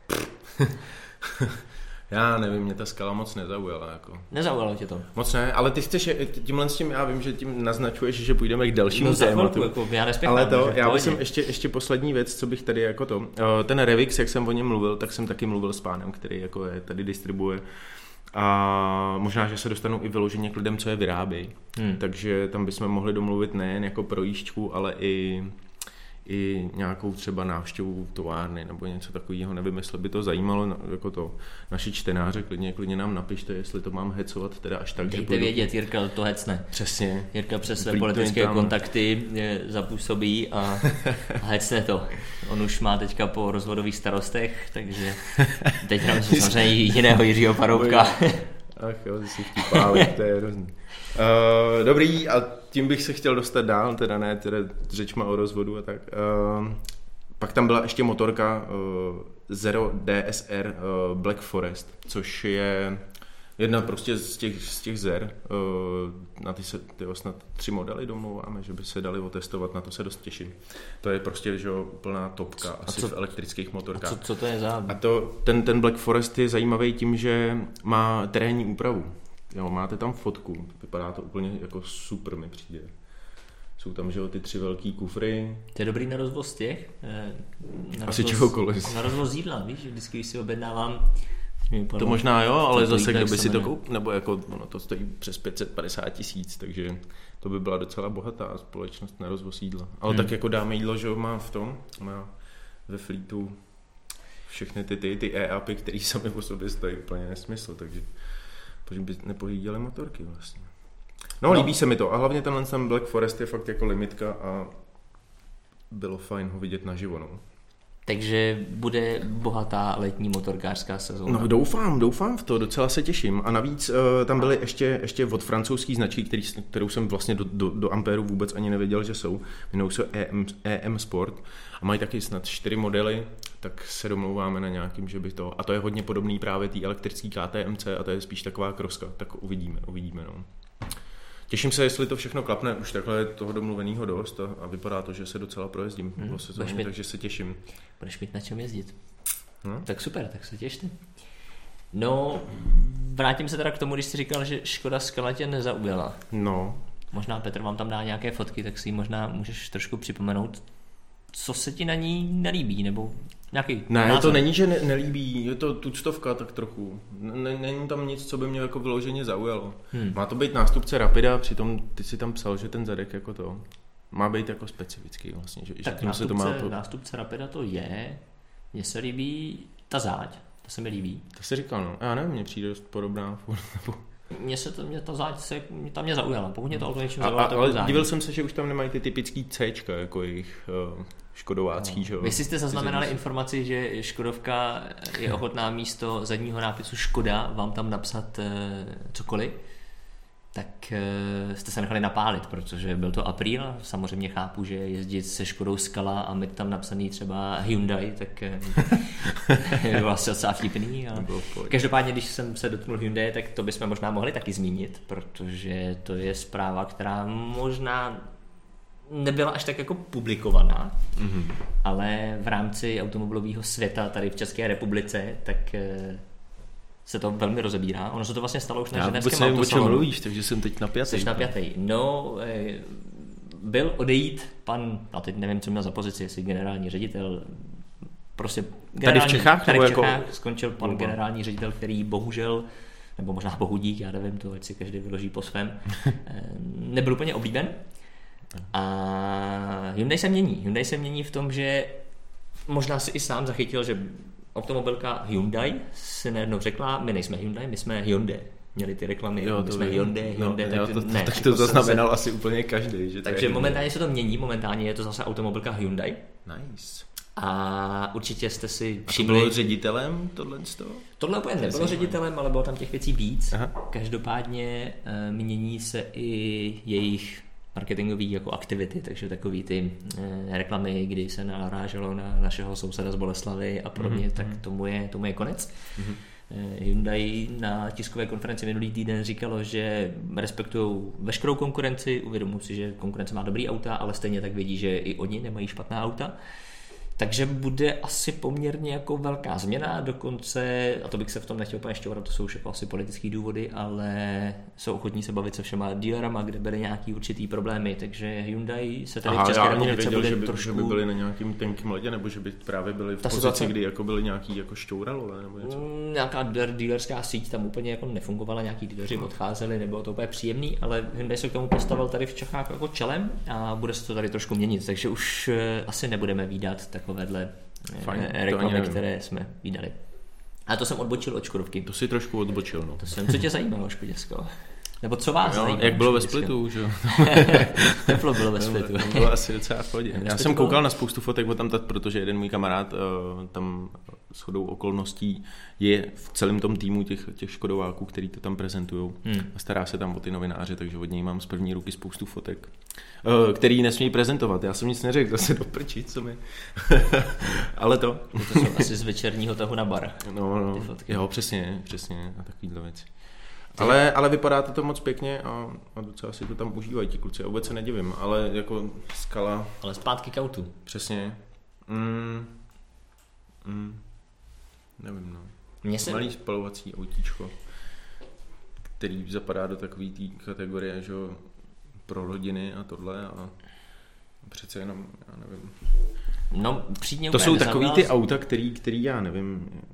Já nevím, mě ta Scala moc nezaujala. Jako. Nezaujalo tě to? Moc ne, ale ty chceš, tímhle s tím já vím, že tím naznačuješ, že půjdeme k dalšímu tématu. Jako, já ale já bych ještě poslední věc, co bych tady jako to. Ten RevX, jak jsem o něm mluvil, tak jsem taky mluvil s pánem, který jako je tady distribuje. A možná, že se dostanou i vyloženě k lidem, co je vyrábějí. Takže tam bychom mohli domluvit nejen jako pro jížďku, ale i nějakou třeba návštěvu továrny nebo něco takového. Nevím, jestli by to zajímalo jako to naši čtenáře, klidně nám napište, jestli to mám hecovat teda až tak. Dejte vědět, Jirka to hecne. Přesně. Jirka přes své politické kontakty zapůsobí a hecne to. On už má teďka po rozvodových starostech, takže teď nám samozřejmě jiného Jiřího Paroubka. Ach jo, ty si vtipáli, to je hrozný. Dobrý, a tím bych se chtěl dostat dál, teda řečma o rozvodu a tak. Pak tam byla ještě motorka Zero DSR Black Forest, což je jedna prostě z těch zer. Na ty se snad 3 modely domlouváme, že by se dali otestovat, na to se dost těším. To je prostě že úplná topka asi v elektrických motorkách. Co to je za... A ten Black Forest je zajímavý tím, že má terénní úpravu. Jo, máte tam fotku, vypadá to úplně jako super, mi přijde. Jsou tam, že jo, ty 3 velký kufry. To je dobrý na rozvoz těch? Asi čehokoliv. Na rozvoz jídla, víš, vždycky, když si objednávám To možná jo, ale zase Tweetler kdyby se si to jmenuje. koupil, nebo jako ono to stojí přes 550 000, takže to by byla docela bohatá společnost na rozvoz jídla. Ale tak jako dáme jídlo, že ho má v tom, má ve Fleetu všechny ty e-apy, které sami o sobě stojí úplně nesmysl, takže proč by nepořídili motorky vlastně. No, líbí se mi to a hlavně ten Black Forest je fakt jako limitka a bylo fajn ho vidět naživo, no. Takže bude bohatá letní motorkářská sezóna. No doufám v to, docela se těším. A navíc tam byly ještě od francouzský značky, kterou jsem vlastně do Ampéru vůbec ani nevěděl, že jsou. Jmenují se EM Sport a mají taky snad 4 modely, tak se domlouváme na nějakým, že by to... A to je hodně podobný právě té elektrické KTMC a to je spíš taková kroska, tak uvidíme, no. Těším se, jestli to všechno klapne, už takhle je toho domluveného dost a vypadá to, že se docela projezdím po sezóně, takže se těším. Budeš mít na čem jezdit. No? Tak super, tak se těšte. No, vrátím se teda k tomu, když jsi říkal, že Škoda Scala tě nezaujala. No. Možná Petr vám tam dá nějaké fotky, tak si ji možná můžeš trošku připomenout. Co se ti na ní nelíbí, nebo nějaký Ne, názor? to není, že nelíbí, je to tučtovka tak trochu. Není tam nic, co by mě jako vyloženě zaujalo. Má to být nástupce Rapida, přitom ty si tam psal, že ten zadek jako to má být jako specifický vlastně. Že Tak tím se to má nástupce Rapida to je. Mně se líbí ta záď, to se mi líbí. To jsi říkal, no. Já nevím, mně přijde dost podobná. Mě ta záď ta mě zaujala, pokud mě to auto něčím zaujalo, tak ale záď. divil jsem se, že už tam nemají ty typický Cčka, jako jejich škodovácký, že jo. Vy jste zaznamenali informaci, že Škodovka je ochotná místo zadního nápisu Škoda vám tam napsat cokoliv, tak jste se nechali napálit, protože byl to apríl, samozřejmě chápu, že jezdit se Škodou Scala a mít tam napsaný třeba Hyundai, tak je vlastně docela vtipný. Ale každopádně, když jsem se dotknul Hyundai, tak to bychom možná mohli taky zmínit, protože to je zpráva, která možná nebyla až tak jako publikovaná, ale v rámci automobilového světa tady v České republice, tak se to velmi rozebírá. Ono se to vlastně stalo už na ženevském autosalonu. Já vůbec nevím, o čem mluvíš, takže jsem teď napjatý. Jsi napjatý. No, byl odejít pan, a teď nevím, co měl za pozici, jestli generální ředitel, prostě tady v Čechách? Tady v Čechách skončil pan generální ředitel, který bohužel, nebo možná bohudík, já nevím to, ať si každý vyloží po svém, nebyl úplně oblíben. A Hyundai se mění v tom, že možná si i sám zachytil, že automobilka Hyundai si najednou řekla, my nejsme Hyundai, my jsme Hyundai. Měli ty reklamy, jo, my jsme Hyundai, tak to zaznamenal asi úplně každý. Že takže momentálně se to mění, momentálně je to zase automobilka Hyundai. Nice. A určitě jste si všimli... A to bylo ředitelem tohle? Tohle úplně nebylo ředitelem, ale bylo tam těch věcí víc. Aha. Každopádně mění se i jejich marketingový jako aktivity, takže takový ty reklamy, kdy se naráželo na našeho souseda z Boleslavy a podobně, tak tomu je konec. Hyundai na tiskové konferenci minulý týden říkalo, že respektují veškerou konkurenci, uvědomují si, že konkurence má dobrý auta, ale stejně tak vědí, že i oni nemají špatná auta. Takže bude asi poměrně jako velká změna, dokonce, a to bych se v tom nechtěl úplně šťourat, to jsou už jako asi politické důvody, ale jsou ochotní se bavit se všema dealerama, kde byly nějaký určitý problémy, takže Hyundai se tady v České republice bude trošku... že by byli na nějakým tenkým ledě, nebo že by právě byli v pozici, kdy jako byli nějaký jako šťouralové, nebo něco? Nějaká dealerská síť tam úplně jako nefungovala, nějaký dealeři odcházeli, nebylo to úplně příjemný, ale Hyundai se k tomu postavil tady v Čechách jako čelem a bude se to tady trošku měnit, takže už asi nebudeme vídat takovéhle reklamy, které jsme viděli. A to jsem odbočil od Škodovky. To si trošku odbočil, no. To jsem, co tě zajímalo, Škoděsko? Nebo co vás zajímalo? Jak bylo ve Splitu, že jo? Teplo bylo ve Splitu. To bylo asi docela v pohodě. Já jsem koukal na spoustu fotek tam, protože jeden můj kamarád tam shodou okolností je v celém tom týmu těch Škodováků, který to tam prezentujou. A stará se tam o ty novináře, takže od něj mám z první ruky spoustu fotek, který nesmí prezentovat. Já jsem nic neřekl, to se doprčí, co mi. Ale to. To jsou asi z večerního tahu na bar. No, jo, přesně. A takovýhle věci. Ale vypadá to moc pěkně a docela si to tam užívají ti kluci. A vůbec se nedivím, ale jako Scala... Ale zpátky k autu. Přesně. Nevím, no. Malý spalovací autíčko, který zapadá do takové té kategorie, že pro rodiny a tohle a přece jenom, já nevím. No, přijde to jsou takový ty auta, který já nevím,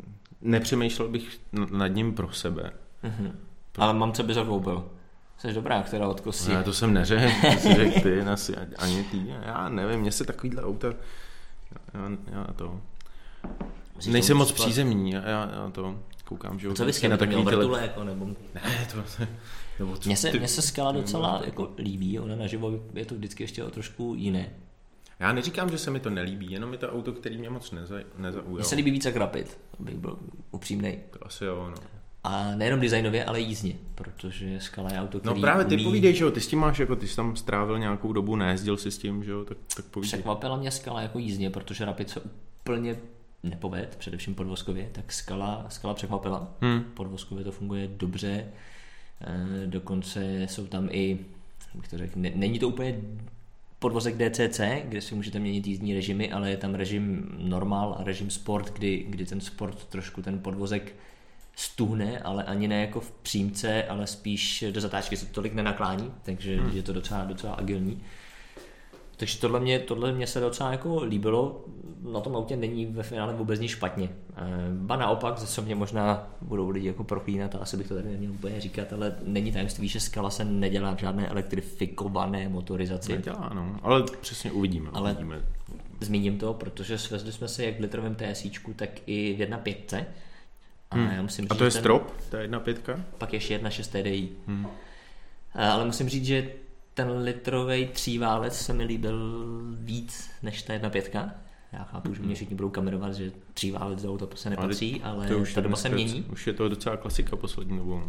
nepřemýšlel bych nad ním pro sebe. Ale mamce bys ho koupil. Jsi dobrá, která od kosti. Já to jsem neřekl, to jsi řekl ty, ani ty. Já nevím, mně se takovýhle auta, já to... Nejsem moc přízemní, já to koukám, že... Co bys na takový vrtule, jako, nebo... Ne, to... Mně se Skala docela jako líbí, ona naživo je to vždycky ještě o trošku jiné. Já neříkám, že se mi to nelíbí, jenom je to auto, který mě moc nezaujalo. Mně se líbí víc jak Rapid, abych byl upřímnej. To asi jo, no. A nejenom designově, ale jízdně, protože Skala je auto, který no právě ty povídej, že jo, ty s tím máš, jako ty jsi tam strávil nějakou dobu, nejezdil si s tím, že jo, tak povídej. Překvapila mě Skala jako jízdně, protože Rapid se úplně nepoved, především podvozkově, tak Skala překvapila. Podvozkově to funguje dobře, dokonce jsou tam i, bych to řekl, není to úplně podvozek DCC, kde si můžete měnit jízdní režimy, ale je tam režim normal a režim sport, kdy ten sport trošku ten podvozek stuhne, ale ani ne jako v přímce, ale spíš do zatáčky se to tolik nenaklání, takže je to docela agilní. Takže tohle mě se docela jako líbilo, na tom autě není ve finále vůbec nic špatně. Ba naopak, zase mě možná budou lidi jako proklínat, a asi bych to tady neměl úplně říkat, ale není tajemství, že Skala se nedělá v žádné elektrifikované motorizaci. Nedělá, no, ale přesně uvidíme. Zmíním to, protože svezli jsme se jak v litrovém TSIčku, tak i v 1.5. A já musím říct, a to je strop, ta 1.5? Pak ještě 1.6 TDI. Ale musím říct, že ten litrovej tříválec se mi líbil víc než ta 1.5. Já chápu, že mě všichni budou kamerovat, že tříválec do auta prostě nepatří, ale ta doba se mění. Už je to docela klasika poslední dobou.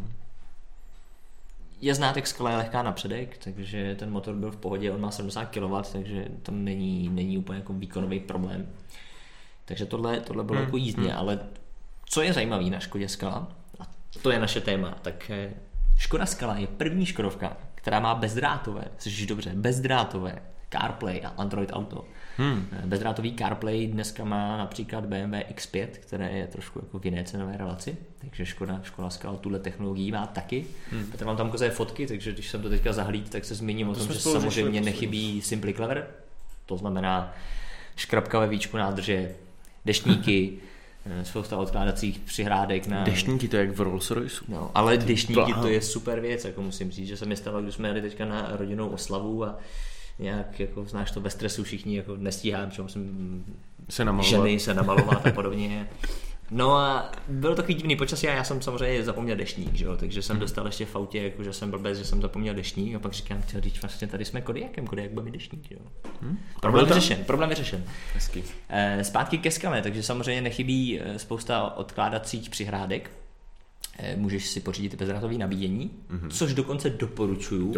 Je znát, jak Skala je lehká na předek, takže ten motor byl v pohodě, on má 70 kW, takže to není úplně jako výkonový problém. Takže tohle bylo jako jízdně, ale co je zajímavé na Škodě Skala, a to je naše téma, tak Škoda Skala je první škodovka, která má bezdrátové CarPlay a Android Auto. Bezdrátový CarPlay dneska má například BMW X5, které je trošku jako v jiné cenové relaci, takže Škoda Skala tuhle technologii má taky. Petr vám tam ukazuje fotky, takže když jsem to teďka zahlíd, tak se zmíním o tom, že samozřejmě nechybí Simply Clever, to znamená škrabka ve víčku nádrže, deštníky, spousta odkládacích přihrádek na... Deštníky, to je jak v Rolls Royce. No, ale deštníky to je super věc, jako musím říct, že se mi stalo, když jsme jeli teďka na rodinnou oslavu a nějak, jako znáš to, ve stresu všichni jako nestíhám, čemu musím ženy se namalovat a podobně. No a bylo takový divný počasí a já jsem samozřejmě zapomněl deštník, že jo? Takže jsem dostal ještě v autě, jako, že jsem blbec, že jsem zapomněl deštník a pak říkám, když vlastně tady jsme Kodiakem bude mi deštník, jo? Problém vyřešen. Zpátky ke Skale, takže samozřejmě nechybí spousta odkládacích přihrádek. Můžeš si pořídit bezdrátový nabíjení, což dokonce doporučuju,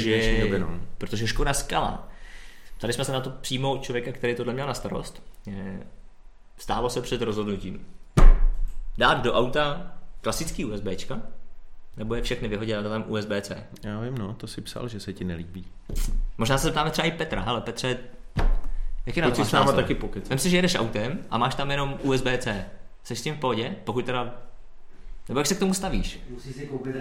protože Škoda Skala, tady jsme se na to přímo člověka, který tohle měl na starost, stálo se před rozhodnutím. Dát do auta klasický USBčka, nebo je všechny vyhodit a tam USB-C. Já vím, no, to si psal, že se ti nelíbí. Možná se zeptáme třeba i Petra, hele Petře, jak je na to s náma taky pokec. Vem si, že jedeš autem a máš tam jenom USB-C. Jsi s tím v pohodě? Pokud teda... Nebo jak se k tomu stavíš? Musíš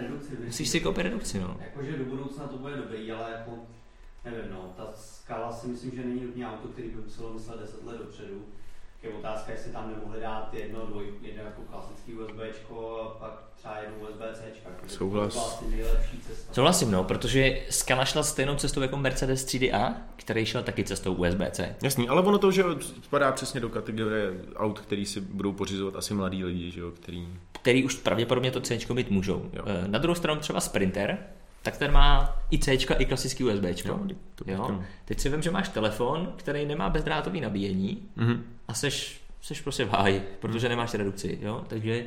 si koupit redukci. No. Jakože do budoucna to bude dobrý, ale jako, nevím, no, ta Skala si myslím, že není nutně auto, který by muselo myslet 10 let dopředu. Je otázka, jestli tam nemohli dát jedno jako klasický USBčko a pak třeba jedno USB-Cčka. Souhlas. Souhlasím, no, protože Skala šla stejnou cestou jako Mercedes 3DA, který šel taky cestou USB-C. Jasný, ale ono to, že spadá přesně do kategorie aut, který si budou pořizovat asi mladí lidi, že jo, který už pravděpodobně to Cčko mít můžou. Jo. Na druhou stranu třeba Sprinter, tak ten má i Cčka, i klasický USBčko. Jo. Teď si vem, že máš telefon, který nemá bezdrátový nabíjení a seš prostě v háji, protože nemáš redukci. Jo. Takže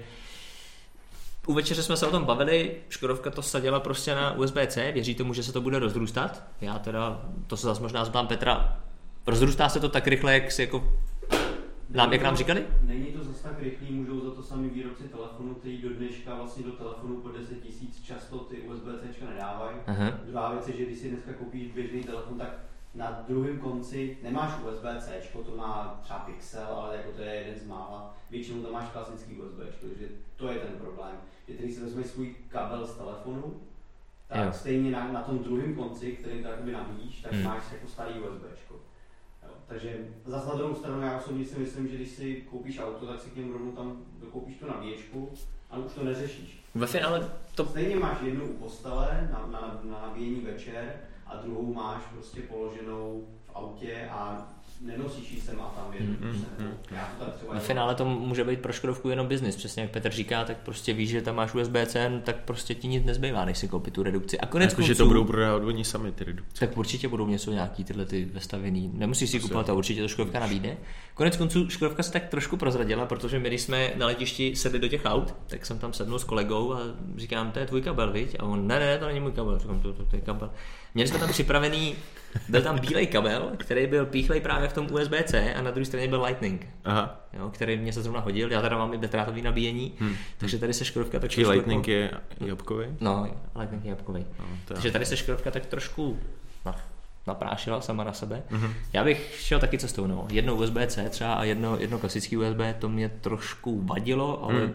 u večeře jsme se o tom bavili, Škodovka to sadila prostě na USB-C, věří tomu, že se to bude rozrůstat. Já teda, to se zase možná zeptám Petra, rozrůstá se to tak rychle, jak si jako... jak nám říkali? Není to zase tak rychlý, můžou za to sami výrobci telefonu, který do dneška vlastně do telefonu po 10 000 často ty USB-C nedávají. Druhá věc je, že když si dneska koupíš běžný telefon, tak na druhém konci nemáš USB-C, to má třeba Pixel, ale jako to je jeden z mála. Většinou tam máš klasický USB, takže to je ten problém. Že když si vezmeš svůj kabel z telefonu, tak stejně na tom druhém konci, kterým to jakoby nabíjíš, tak máš jako starý USB. Takže zase na druhou stranu já osobně si myslím, že když si koupíš auto, tak si k němu rovnou tam dokoupíš tu nabíječku a už to neřešíš. Ve finále to... Stejně máš jednu u postele na nabíjení večer a druhou máš prostě položenou v autě a nenosíš ji sem a tam jednu. Na finále to může být pro Škodovku jenom biznis, přesně jak Petr říká, tak prostě víš, že tam máš USB-C, tak prostě ti nic nezbývá, než si koupit tu redukci. A konec konců, že to budou prodávat oni sami ty redukce. Tak určitě budou něco nějaký tyhle ty vestavený. Nemusíš si kupovat a určitě to Škodovka nabídne. Konec konců Škodovka se tak trošku prozradila, protože my, když jsme na letišti sedli do těch aut, tak jsem tam sednul s kolegou a říkám, to je tvůj kabel, viď? A on, ne, to není můj kabel, říkám, to je kabel. Měli jsme tam připravený, byl tam bílej kabel, který byl píchlej právě v tom USB-C a na druhé straně byl Lightning, jo, který mě se zrovna hodil, já teda mám i bezdrátový nabíjení, takže tady se Škodovka tak trošku... Lightning je jabkový? No, Lightning je jabkový. Takže tady se Škodovka tak trošku naprášila sama na sebe. Já bych šel taky cestou, no. Jedno USB-C třeba a jedno klasický USB, to mě trošku vadilo, ale...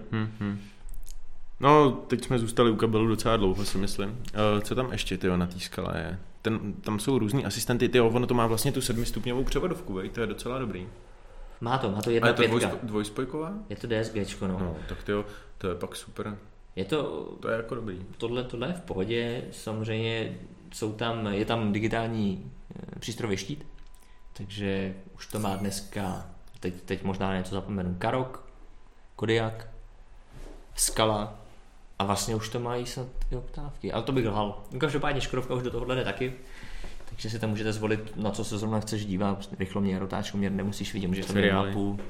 No, teď jsme zůstali u kabelu docela dlouho, si myslím. Co tam ještě, tyjo, na té skale je? Tam jsou různý asistenty, tyjo, ono to má vlastně tu 7stupňovou převodovku, vej? To je docela dobrý. Má to 1.5. A je to dvojspojková? Je to DSGčko, no. No, tak tyjo, to je pak super. To je jako dobrý. Tohle je v pohodě, samozřejmě je tam digitální přístrojový štít, takže už to má dneska, teď možná něco zapomenu, Karok, Kodiak, Skala a vlastně už to mají snad i oktávky, ale to bych lhal. Každopádně Škodovka už do tohohle jde taky, takže si tam můžete zvolit, na co se zrovna chceš dívat, rychloměr, rotáčkoměr, nemusíš vidět, můžeš tam mít mapu,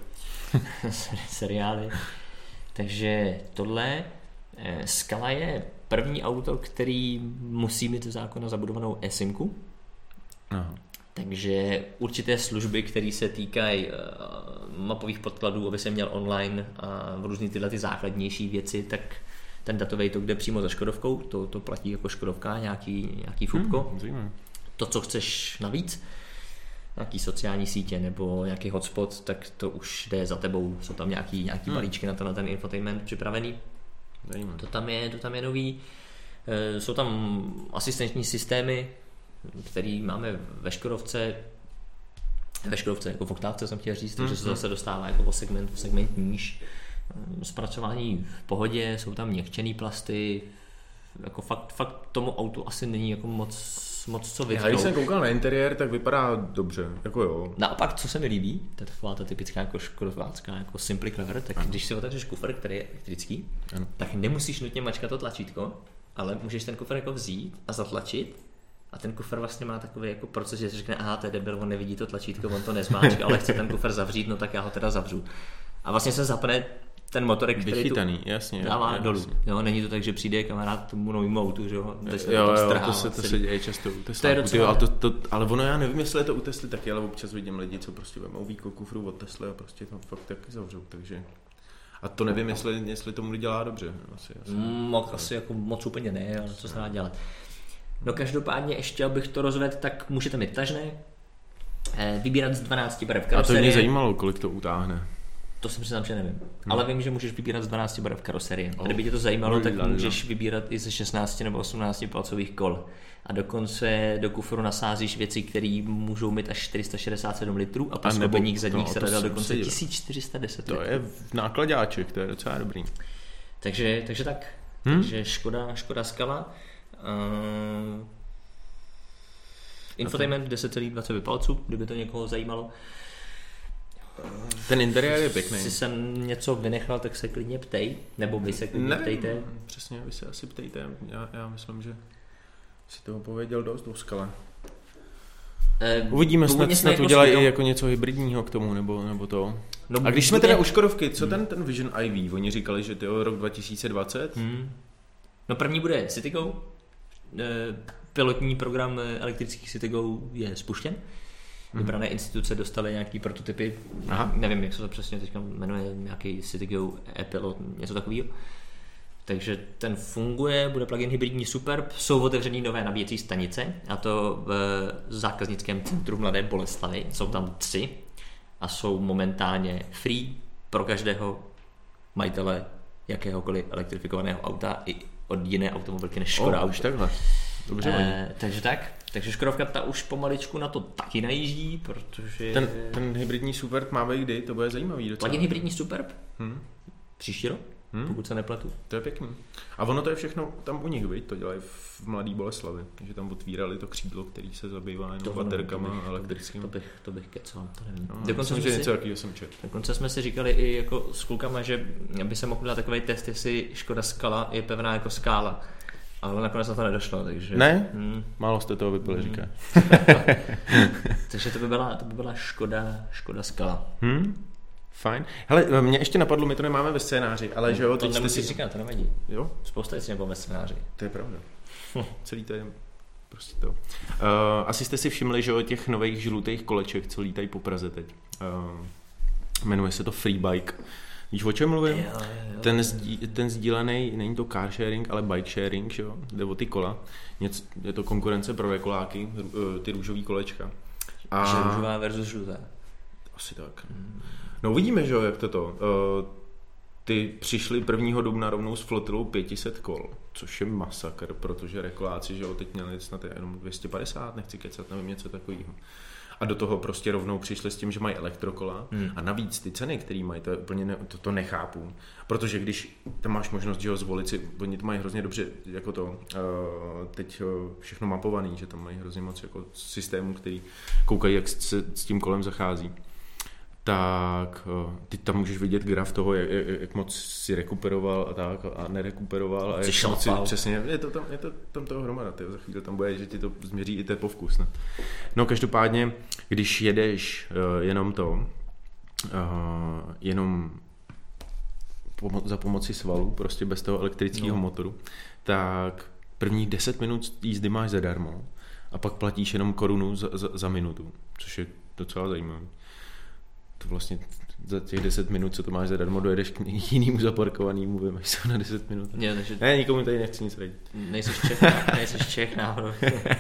seriály. Takže tohle, Skala je první auto, který musí mít v zákona zabudovanou eSIMku. Aha. Takže určité služby, které se týkají mapových podkladů, aby se měl online a různý tyhle ty základnější věci, tak ten datový tok jde přímo za Škodovkou, to platí jako Škodovka, nějaký fupko. To, co chceš navíc, nějaký sociální sítě nebo nějaký hotspot, tak to už jde za tebou, jsou tam nějaký balíčky na ten infotainment připravený. To tam je nový. Jsou tam asistenční systémy, který máme ve Škodovce, jako v Oktávce jsem chtěl říct, takže se zase dostává jako o segment níž. Zpracování v pohodě, jsou tam měkčený plasty, jako fakt tomu autu asi není jako moc co vytknout. Když jsem koukal na interiér, tak vypadá dobře, jako jo. Naopak, co se mi líbí, to je taková ta typická jako škodovácká, jako Simply Clever, tak když si otevřeš kufr, který je elektrický, tak nemusíš nutně mačkat to tlačítko, ale můžeš ten kufr jako vzít a zatlačit. A ten kufr vlastně má takový jako proces, že si řekne, aha, to je debil, on nevidí to tlačítko, on to nezmáčká, ale chce ten kufr zavřít, no tak já ho teda zavřu. A vlastně se zapne ten motorek, který jasně, dává dolů. Jo, není to tak, že přijde kamarád tomu novému autu, že jo, to se děje často u Tesla. Ale ono, já nevím, jestli je to u Tesly taky, ale občas vidím lidi, co prostě vemou výkol kufru od Tesly a prostě tam fakt taky zavřou, takže... A to nevím, jestli tomu dělá dobře. Asi jako moc úplně ne, ale co se dá dělat. No každopádně ještě, abych to rozvedl, tak můžete mít tažné, vybírat z 12 barev karoserie. A to mě zajímalo, kolik to utáhne. To si přiznám, že nevím. Ale vím, že můžeš vybírat z 12 barev karoserie. A kdyby tě to zajímalo, tak můžeš vybírat i ze 16 nebo 18 palcových kol. A dokonce do kufru nasázíš věci, které můžou mít až 467 litrů a po sklopeních zadních se dá dokonce 1410 litrů. To je nákladáček, to je docela dobrý. Takže tak. Takže Škoda Skala. Infotainment 10,20 palců, kdyby to někoho zajímalo. Ten interiér je pěkný. Jestli jsem něco vynechal, tak se klidně ptej, nebo vy se klidně ptejte. Přesně, vy se asi ptejte. Já myslím, že si toho pověděl dost o Skale. Uvidíme, snad udělají i jako něco hybridního k tomu, nebo to. No, a když jsme teda u Škodovky, co ten Vision IV? Oni říkali, že to je rok 2020. No první bude CityGo. Pilotní program elektrických CityGo je spuštěn. Vybrané instituce dostaly nějaký prototypy. Nevím, jak se to přesně teďka jmenuje, nějaký CityGo e-pilot, něco takového. Takže ten funguje, bude plug-in hybridní Superb, jsou otevřený nové nabíjecí stanice, a to v zákaznickém centru Mladé Boleslavi, jsou tam 3 a jsou momentálně free pro každého majitele jakéhokoliv elektrifikovaného auta i od jiné automobilky než Škoda Auto. Už takhle. Dobře. Takže tak. Takže Škodovka ta už pomaličku na to taky najíždí, protože... Ten hybridní Superb má být kdy? To bude zajímavý docela. Plug-in hybridní Superb? Příští rok? Pokud se nepletu. To je pěkný. A ono to je všechno tam u nich, viď? To dělají v Mladý Boleslavi. Takže tam otvírali to křídlo, který se zabývá jenom baterkama elektrickými. To bych kecal, to nevím. Dokonce jsme si říkali i jako s klukama, že by se mohl dát takový test, jestli Škoda Scala je pevná jako skála. Ale nakonec na to nedošlo, takže... Ne? Málo jste toho vypili, říká. Takže to by byla Škoda Scala. Fajn. Hele, mě ještě napadlo, my to nemáme ve scénáři, ale že jo, teď jste si říkat, to nevadí. Jo? Spousta věcí nebylo ve scénáři. To je pravda. Celý to je prostě to. Asi jste si všimli, že o těch nových žlutých koleček, co lítají po Praze teď. Jmenuje se to Free Bike. Víš, o čem mluvím? Jo. Ten sdílený, není to car sharing, ale bike sharing, že jo? Jde o ty kola. Je to konkurence pro vekoláky, ty růžový kolečka. Že růžová versus žluté. Asi tak. No uvidíme, že jo, jak to. Ty přišli 1. dubna rovnou s flotilou 500 kol, což je masakr, protože rekoláci, že jo, teď měli snad jenom 250, nechci kecat, nevím, něco takového. A do toho prostě rovnou přišli s tím, že mají elektrokola a navíc ty ceny, které mají, to úplně to nechápu. Protože když tam máš možnost, že ho zvolit si, oni to mají hrozně dobře jako to teď všechno mapovaný, že tam mají hrozně moc jako systémů, který koukají, jak se s tím kolem zachází. Tak ty tam můžeš vidět graf toho, jak moc si rekuperoval a tak a nerekuperoval a jak moc přesně, je to tam toho hromada, za chvíli tam bude, že ti to změří i tepovkus. No každopádně, když jedeš jenom za pomoci svalů, prostě bez toho elektrického motoru, tak prvních 10 minut jízdy máš zadarmo a pak platíš jenom korunu za minutu, což je docela zajímavé. To vlastně za těch 10 minut, co to máš zadarmo, dojedeš k jinému zaparkovanému, vymaš se na 10 minut. Ne, nikomu tady nechci nic radit. Nejseš Čech náhodou.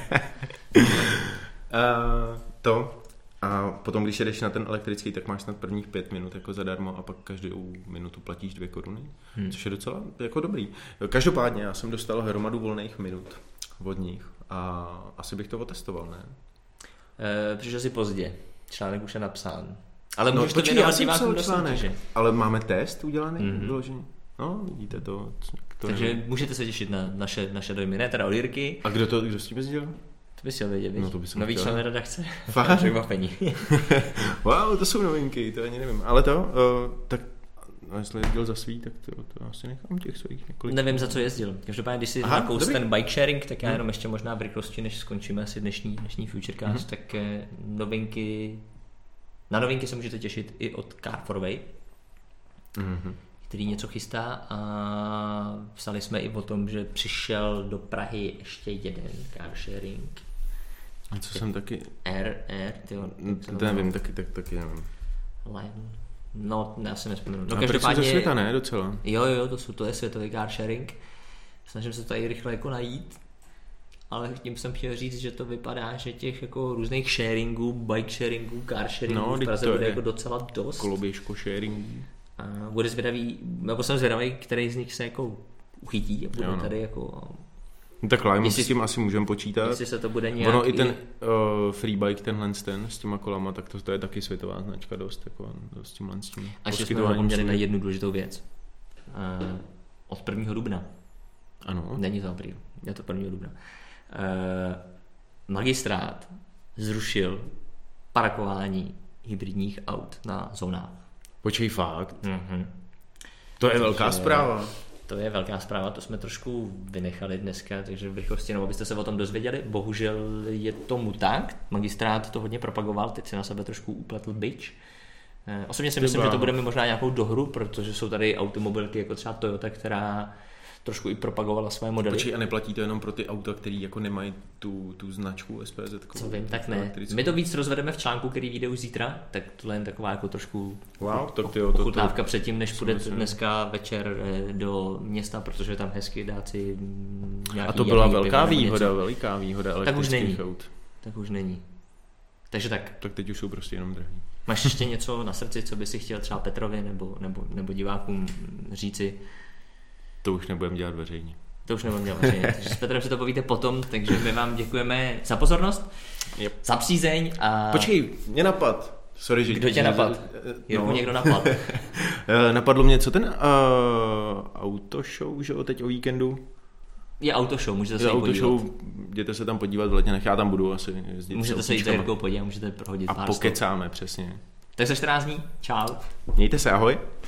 A potom, když jedeš na ten elektrický, tak máš snad prvních 5 minut jako zadarmo a pak každou minutu platíš 2 koruny, což je docela jako dobrý. Každopádně já jsem dostal hromadu volných minut od nich a asi bych to otestoval, ne? Přišel si pozdě, článek už je napsán. Ale můžeš to věnovat divákům do soutěže. Ale máme test udělaný, vyložený. No, vidíte to. Takže můžete se těšit na naše dojmy, ne teda od Jirky. A kdo s tím jezdil? To bys chtěl vědět, no, to bys nový člen redakce. Fakt? Překvapení. Wow, to jsou novinky, to ani nevím. Ale tak jestli jezdil za svý, tak to asi nechám těch svých několik. Nevím, za co jezdil. Každopádně, když si nakous ten bike sharing, tak já jenom ještě možná v rychlosti, než skončíme asi dnešní Futurecast, tak na novinky se můžete těšit i od Car4Way, který něco chystá a psali jsme i o tom, že přišel do Prahy ještě jeden car sharing. A co jsem taky... To nevím, taky nevím. No, já si nespomenu. No, každopádně... ze světa, ne? Docela. Jo, to je světový car sharing. Snažím se to tady rychle jako najít. Ale tím jsem chtěl říct, že to vypadá, že těch jako různých sharingů, bike sharingů, car sharingů v Praze bude jako docela dost. Koloběžko sharingů. A bude jsem zvědavý, který z nich se jako uchytí a bude tady jako... No tak Lime s tím asi můžeme počítat. Jestli se to bude nějak... Ono i ten free bike, tenhle s těma kolama, tak to je taky světová značka dost, jako s tímhle s tím. A ještě jsme zapomněli na jednu důležitou věc. Od 1. dubna. Ano. Není to apríl, je to 1. dubna. Magistrát zrušil parkování hybridních aut na zónách. Počkej, fakt? To je velká zpráva. To je velká zpráva, to jsme trošku vynechali dneska, takže v rychlosti, nebo abyste se o tom dozvěděli, bohužel je tomu tak, magistrát to hodně propagoval, teď si na sebe trošku upletl bič. Osobně si myslím, že to bude mi možná nějakou dohru, protože jsou tady automobilky jako třeba Toyota, která trošku i propagovala své modely. Počkej, a neplatí to jenom pro ty auta, které jako nemají tu značku SPZ? Co vím, tak ne. My to víc rozvedeme v článku, který vyjde už zítra, tak tohle je taková jako trošku ochutnávka předtím, než půjdete dneska večer do města, protože tam hezky dát si nějaký... A to byla veliká výhoda elektrických aut. Tak už není. Takže tak. Tak teď už jsou prostě jenom drahý. Máš ještě něco na srdci, co by si chtěl třeba Petrovi nebo divákům říci? To už nebudeme dělat veřejně. To už nemám dělat. Takže s Petrem si to povíte potom, takže my vám děkujeme za pozornost, za přízeň a... Počkej, mě napad. Sorry, že... Kdo tě napad? Jirku někdo napad. Napadlo mě, co ten autoshow, že jo, teď o víkendu? Je autoshow, můžete se jít podívat. Jděte se tam podívat v letě, já tam budu asi jezdit. Můžete se jít za Jirkou podívat, můžete prohodit a pár pokecáme, přesně. Tak za 14 dní, čau. Mějte se, ahoj.